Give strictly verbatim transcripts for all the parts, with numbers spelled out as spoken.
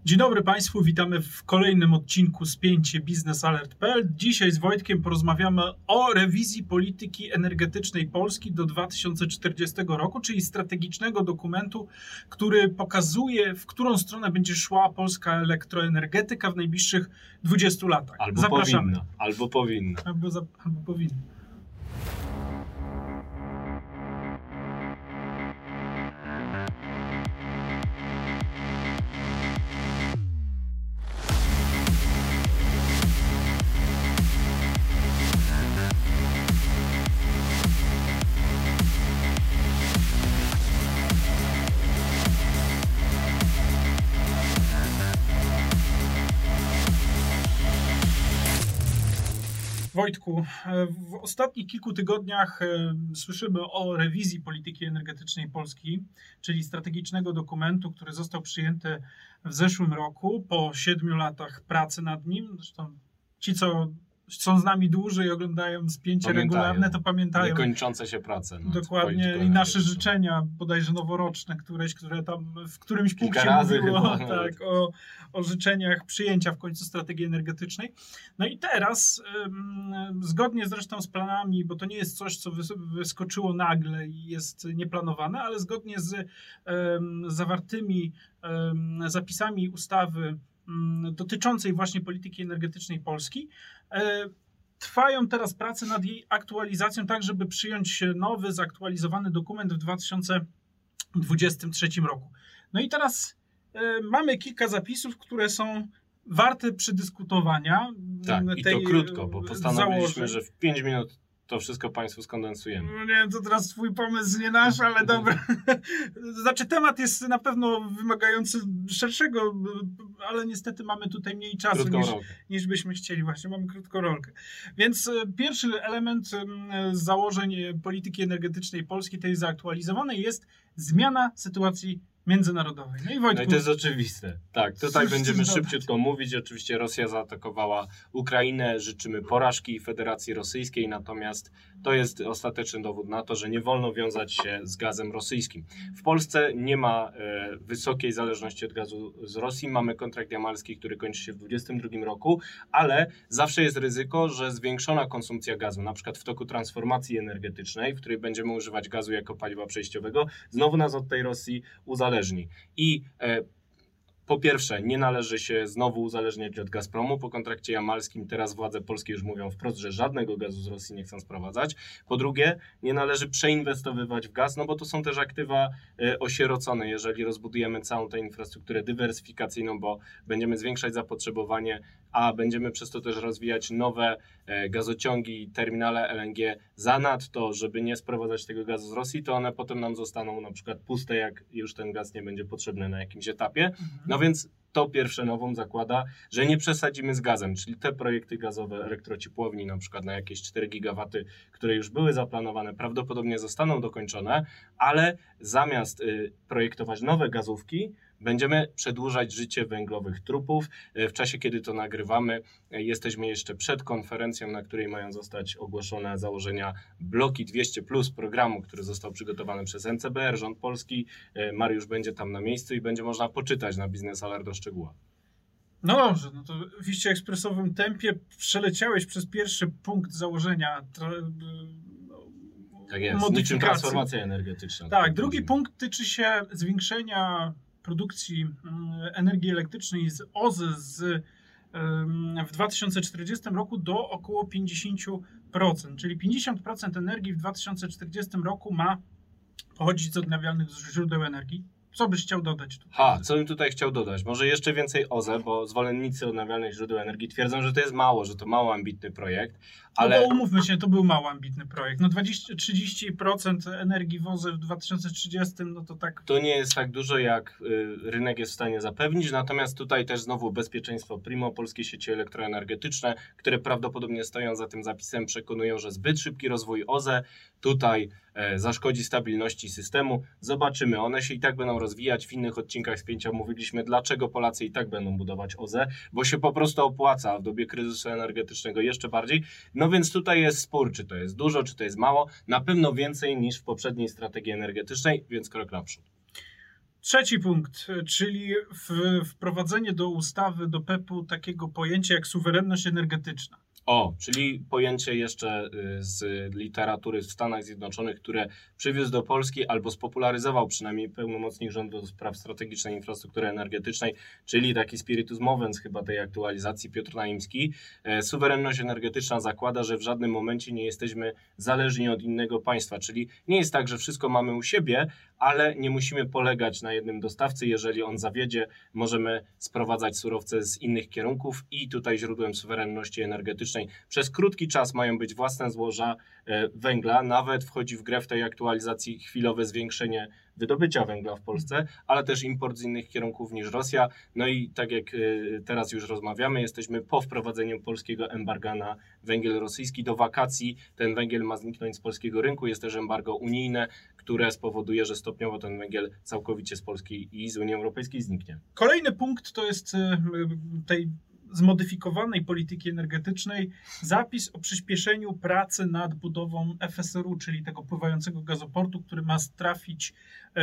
Dzień dobry Państwu, witamy w kolejnym odcinku Spięcie Biznes Alert kropka p l. Dzisiaj z Wojtkiem porozmawiamy o rewizji polityki energetycznej Polski do dwa tysiące czterdziestego roku, czyli strategicznego dokumentu, który pokazuje, w którą stronę będzie szła polska elektroenergetyka w najbliższych dwudziestu latach. Albo Zapraszamy. powinna, albo powinna. Albo, za, albo powinna. Wojtku, w ostatnich kilku tygodniach słyszymy o rewizji polityki energetycznej Polski, czyli strategicznego dokumentu, który został przyjęty w zeszłym roku po siedmiu latach pracy nad nim. Zresztą ci, co są z nami dłużej i oglądają spięcie Pamiętają. regularne, to pamiętają. Niekończące się prace. Dokładnie. I nasze życzenia, bodajże noworoczne, któreś, które tam w którymś Kilka punkcie razy mówiło chyba, tak, o, o życzeniach przyjęcia w końcu strategii energetycznej. No i teraz, ym, zgodnie zresztą z planami, bo to nie jest coś, co wyskoczyło nagle i jest nieplanowane, ale zgodnie z ym, zawartymi ym, zapisami ustawy dotyczącej właśnie polityki energetycznej Polski. Trwają teraz prace nad jej aktualizacją, tak żeby przyjąć nowy, zaktualizowany dokument w dwa tysiące dwudziestym trzecim roku. No i teraz mamy kilka zapisów, które są warte przedyskutowania. Tak, i to krótko, bo postanowiliśmy, założeń. że w pięć minut to wszystko Państwu skondensujemy. No nie wiem, to teraz twój pomysł, nie nasz, ale dobra. Znaczy temat jest na pewno wymagający szerszego, ale niestety mamy tutaj mniej czasu niż, niż byśmy chcieli. Właśnie mamy krótką rolkę. Więc pierwszy element założeń polityki energetycznej Polski, tej zaktualizowanej, jest zmiana sytuacji międzynarodowej. No i Wojtku, no i to jest oczywiste. Tak, tutaj cóż będziemy ci szybciutko mówić. Oczywiście Rosja zaatakowała Ukrainę. Życzymy porażki Federacji Rosyjskiej, natomiast to jest ostateczny dowód na to, że nie wolno wiązać się z gazem rosyjskim. W Polsce nie ma e, wysokiej zależności od gazu z Rosji. Mamy kontrakt jamalski, który kończy się w dwudziestym drugim roku, ale zawsze jest ryzyko, że zwiększona konsumpcja gazu, na przykład w toku transformacji energetycznej, w której będziemy używać gazu jako paliwa przejściowego, znowu nas od tej Rosji uzależni. I e, po pierwsze, nie należy się znowu uzależniać od Gazpromu. Po kontrakcie jamalskim teraz władze polskie już mówią wprost, że żadnego gazu z Rosji nie chcą sprowadzać. Po drugie, nie należy przeinwestowywać w gaz, no bo to są też aktywa e, osierocone. Jeżeli rozbudujemy całą tę infrastrukturę dywersyfikacyjną, bo będziemy zwiększać zapotrzebowanie, a będziemy przez to też rozwijać nowe e, gazociągi, terminale L N G zanadto, żeby nie sprowadzać tego gazu z Rosji, to one potem nam zostaną na przykład puste, jak już ten gaz nie będzie potrzebny na jakimś etapie. Mhm. No więc to pierwsze nowum zakłada, że nie przesadzimy z gazem, czyli te projekty gazowe elektrociepłowni, na przykład na jakieś cztery gigawaty, które już były zaplanowane, prawdopodobnie zostaną dokończone, ale zamiast y, projektować nowe gazówki, będziemy przedłużać życie węglowych trupów. W czasie, kiedy to nagrywamy, jesteśmy jeszcze przed konferencją, na której mają zostać ogłoszone założenia bloki dwieście plus programu, który został przygotowany przez N C B R, rząd polski. Mariusz będzie tam na miejscu i będzie można poczytać na Biznes Alert o szczegółach. No dobrze, no to w iście ekspresowym tempie przeleciałeś przez pierwszy punkt założenia. Tak jest, niczym transformacja energetyczna. Tak, drugi punkt tyczy się zwiększenia produkcji energii elektrycznej z O Z E z, w dwa tysiące czterdziestym roku do około pięćdziesiąt procent, czyli pięćdziesiąt procent energii w dwa tysiące czterdziestym roku ma pochodzić z odnawialnych źródeł energii. Co byś chciał dodać tutaj? Ha, co bym tutaj chciał dodać? Może jeszcze więcej O Z E, bo zwolennicy odnawialnych źródeł energii twierdzą, że to jest mało, że to mało ambitny projekt, ale... No bo umówmy się, to był mało ambitny projekt. No dwadzieścia do trzydziestu procent energii w O Z E w dwa tysiące trzydziestym, no to tak... To nie jest tak dużo, jak y, rynek jest w stanie zapewnić, natomiast tutaj też znowu bezpieczeństwo primo, polskie sieci elektroenergetyczne, które prawdopodobnie stoją za tym zapisem, przekonują, że zbyt szybki rozwój O Z E tutaj e, zaszkodzi stabilności systemu. Zobaczymy, one się i tak będą rozwijać. W innych odcinkach spięcia mówiliśmy, dlaczego Polacy i tak będą budować O Z E, bo się po prostu opłaca, a w dobie kryzysu energetycznego jeszcze bardziej. No więc tutaj jest spór, czy to jest dużo, czy to jest mało. Na pewno więcej niż w poprzedniej strategii energetycznej, więc krok naprzód. Trzeci punkt, czyli w, wprowadzenie do ustawy, do P E P u takiego pojęcia jak suwerenność energetyczna. O, czyli pojęcie jeszcze z literatury w Stanach Zjednoczonych, które przywiózł do Polski albo spopularyzował przynajmniej pełnomocnik rządu do spraw strategicznej infrastruktury energetycznej, czyli taki spiritus movens chyba tej aktualizacji, Piotr Naimski. Suwerenność energetyczna zakłada, że w żadnym momencie nie jesteśmy zależni od innego państwa, czyli nie jest tak, że wszystko mamy u siebie, ale nie musimy polegać na jednym dostawcy. Jeżeli on zawiedzie, możemy sprowadzać surowce z innych kierunków i tutaj źródłem suwerenności energetycznej przez krótki czas mają być własne złoża węgla. Nawet wchodzi w grę w tej aktualizacji chwilowe zwiększenie wydobycia węgla w Polsce, ale też import z innych kierunków niż Rosja. No i tak jak teraz już rozmawiamy, jesteśmy po wprowadzeniu polskiego embarga na węgiel rosyjski. Do wakacji ten węgiel ma zniknąć z polskiego rynku. Jest też embargo unijne, które spowoduje, że stopniowo ten węgiel całkowicie z Polski i z Unii Europejskiej zniknie. Kolejny punkt to jest tej zmodyfikowanej polityki energetycznej zapis o przyspieszeniu pracy nad budową F S R U, czyli tego pływającego gazoportu, który ma trafić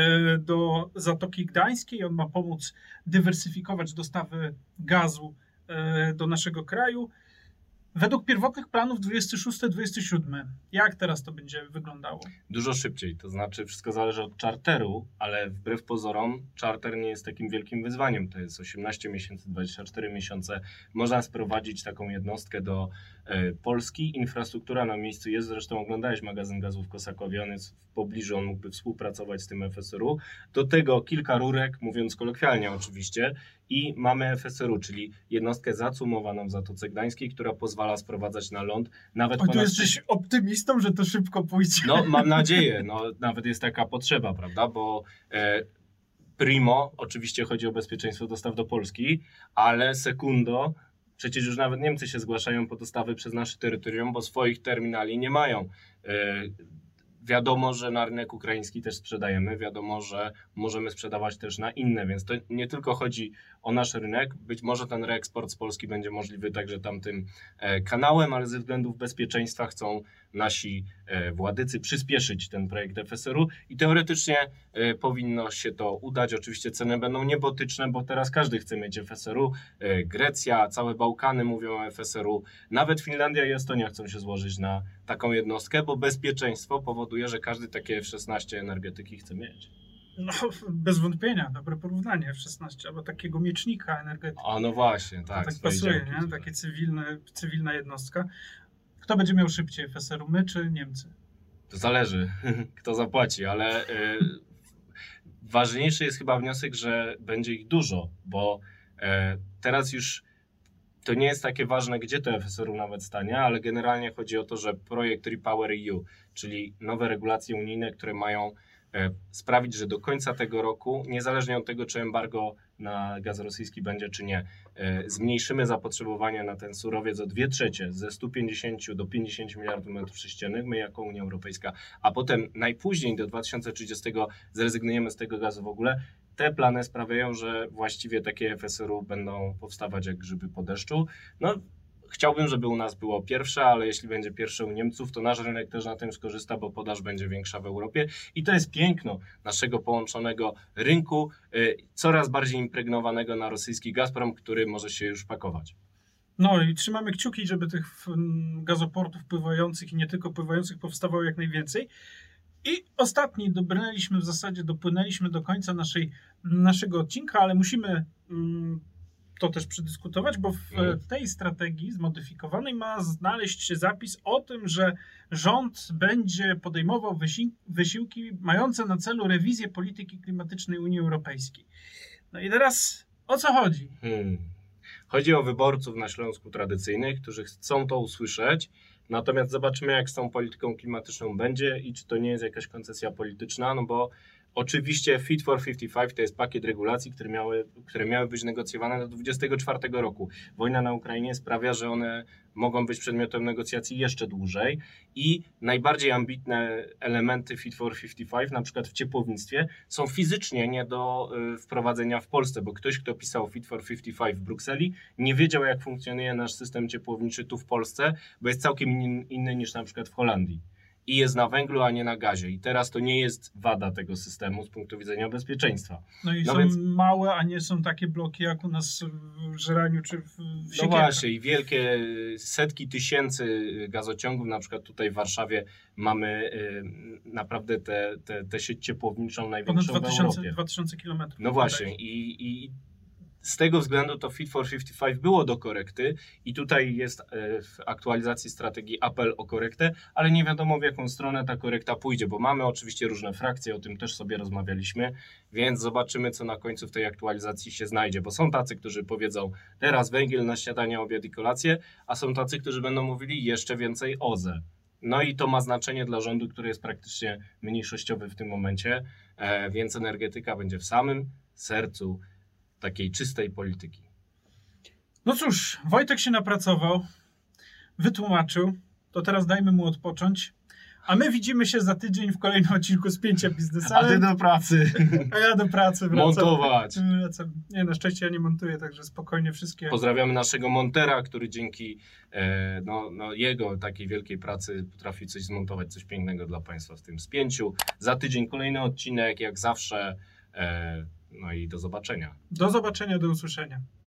do Zatoki Gdańskiej. On ma pomóc dywersyfikować dostawy gazu do naszego kraju. Według pierwotnych planów dwudziesty szósty dwudziesty siódmy. Jak teraz to będzie wyglądało? Dużo szybciej, to znaczy wszystko zależy od czarteru, ale wbrew pozorom czarter nie jest takim wielkim wyzwaniem. To jest osiemnaście miesięcy, dwadzieścia cztery miesiące. Można sprowadzić taką jednostkę do e, Polski. Infrastruktura na miejscu jest, zresztą oglądałeś magazyn gazu w Kosakowie, on jest w pobliżu, on mógłby współpracować z tym F S R U. Do tego kilka rurek, mówiąc kolokwialnie oczywiście, i mamy F S R U, czyli jednostkę zacumowaną w Zatoce Gdańskiej, która pozwala sprowadzać na ląd nawet... O, tu jesteś optymistą, że to szybko pójdzie. No, mam nadzieję. No, nawet jest taka potrzeba, prawda, bo e, primo, oczywiście chodzi o bezpieczeństwo dostaw do Polski, ale sekundo, przecież już nawet Niemcy się zgłaszają po dostawy przez nasze terytorium, bo swoich terminali nie mają. E, Wiadomo, że na rynek ukraiński też sprzedajemy, wiadomo, że możemy sprzedawać też na inne, więc to nie tylko chodzi o nasz rynek, być może ten reeksport z Polski będzie możliwy także tamtym kanałem, ale ze względów bezpieczeństwa chcą nasi władycy przyspieszyć ten projekt F S R U i teoretycznie powinno się to udać. Oczywiście ceny będą niebotyczne, bo teraz każdy chce mieć F S R U. Grecja, całe Bałkany mówią o F S R U, nawet Finlandia i Estonia chcą się złożyć na taką jednostkę, bo bezpieczeństwo powoduje, że każdy takie F szesnaście energetyki chce mieć. No, bez wątpienia, dobre porównanie F szesnaście, albo takiego miecznika energetyki. A no właśnie, tak. To tak pasuje, nie? Takie cywilne, cywilna jednostka. Kto będzie miał szybciej F S R U, my czy Niemcy? To zależy, kto zapłaci, ale y, ważniejszy jest chyba wniosek, że będzie ich dużo, bo y, teraz już to nie jest takie ważne, gdzie to F S R U nawet stanie, ale generalnie chodzi o to, że projekt Repower E U, czyli nowe regulacje unijne, które mają sprawić, że do końca tego roku, niezależnie od tego, czy embargo na gaz rosyjski będzie, czy nie, zmniejszymy zapotrzebowanie na ten surowiec o dwie trzecie, ze stu pięćdziesięciu do pięćdziesięciu miliardów metrów sześciennych, my jako Unia Europejska, a potem najpóźniej do dwa tysiące trzydziestego zrezygnujemy z tego gazu w ogóle. Te plany sprawiają, że właściwie takie F S R U będą powstawać jak grzyby po deszczu. No, chciałbym, żeby u nas było pierwsze, ale jeśli będzie pierwsze u Niemców, to nasz rynek też na tym skorzysta, bo podaż będzie większa w Europie. I to jest piękno naszego połączonego rynku, y, coraz bardziej impregnowanego na rosyjski Gazprom, który może się już pakować. No i trzymamy kciuki, żeby tych gazoportów pływających i nie tylko pływających powstawało jak najwięcej. I ostatni, dobrnęliśmy w zasadzie, dopłynęliśmy do końca naszej, naszego odcinka, ale musimy mm, to też przedyskutować, bo w tej strategii zmodyfikowanej ma znaleźć się zapis o tym, że rząd będzie podejmował wysi- wysiłki mające na celu rewizję polityki klimatycznej Unii Europejskiej. No i teraz o co chodzi? Hmm. Chodzi o wyborców na Śląsku tradycyjnych, którzy chcą to usłyszeć, natomiast zobaczymy, jak z tą polityką klimatyczną będzie i czy to nie jest jakaś koncesja polityczna, no bo oczywiście Fit for pięćdziesiąt pięć to jest pakiet regulacji, które miały, które miały być negocjowane do dwudziestego czwartego roku. Wojna na Ukrainie sprawia, że one mogą być przedmiotem negocjacji jeszcze dłużej i najbardziej ambitne elementy Fit for pięćdziesiąt pięć, na przykład w ciepłownictwie, są fizycznie nie do y, wprowadzenia w Polsce, bo ktoś, kto pisał Fit for pięćdziesiąt pięć w Brukseli, nie wiedział, jak funkcjonuje nasz system ciepłowniczy tu w Polsce, bo jest całkiem in, inny niż na przykład w Holandii. i jest na węglu, a nie na gazie. I teraz to nie jest wada tego systemu z punktu widzenia bezpieczeństwa. No i No są więc- małe, a nie są takie bloki jak u nas w Żeraniu czy w, w No Siekierkach. właśnie, i wielkie setki tysięcy gazociągów, na przykład tutaj w Warszawie mamy y, naprawdę tę te, te, te sieć ciepłowniczą Ponad największą w Europie. dwa tysiące kilometrów. No właśnie i, i z tego względu to Fit for pięćdziesiąt pięć było do korekty i tutaj jest e, w aktualizacji strategii apel o korektę, ale nie wiadomo w jaką stronę ta korekta pójdzie, bo mamy oczywiście różne frakcje, o tym też sobie rozmawialiśmy, więc zobaczymy co na końcu w tej aktualizacji się znajdzie, bo są tacy, którzy powiedzą teraz węgiel na śniadanie, obiad i kolację, a są tacy, którzy będą mówili jeszcze więcej O Z E. No i to ma znaczenie dla rządu, który jest praktycznie mniejszościowy w tym momencie, e, więc energetyka będzie w samym sercu takiej czystej polityki. No cóż, Wojtek się napracował, wytłumaczył, to teraz dajmy mu odpocząć, a my widzimy się za tydzień w kolejnym odcinku Spięcia Biznesu. A ty do pracy. A ja do pracy wracam. Montować. Wracam. Nie, na szczęście ja nie montuję, także spokojnie wszystkie... Pozdrawiamy naszego montera, który dzięki e, no, no, jego takiej wielkiej pracy potrafi coś zmontować, coś pięknego dla Państwa w tym spięciu. Za tydzień kolejny odcinek, jak zawsze. E, no i do zobaczenia. Do zobaczenia, do usłyszenia.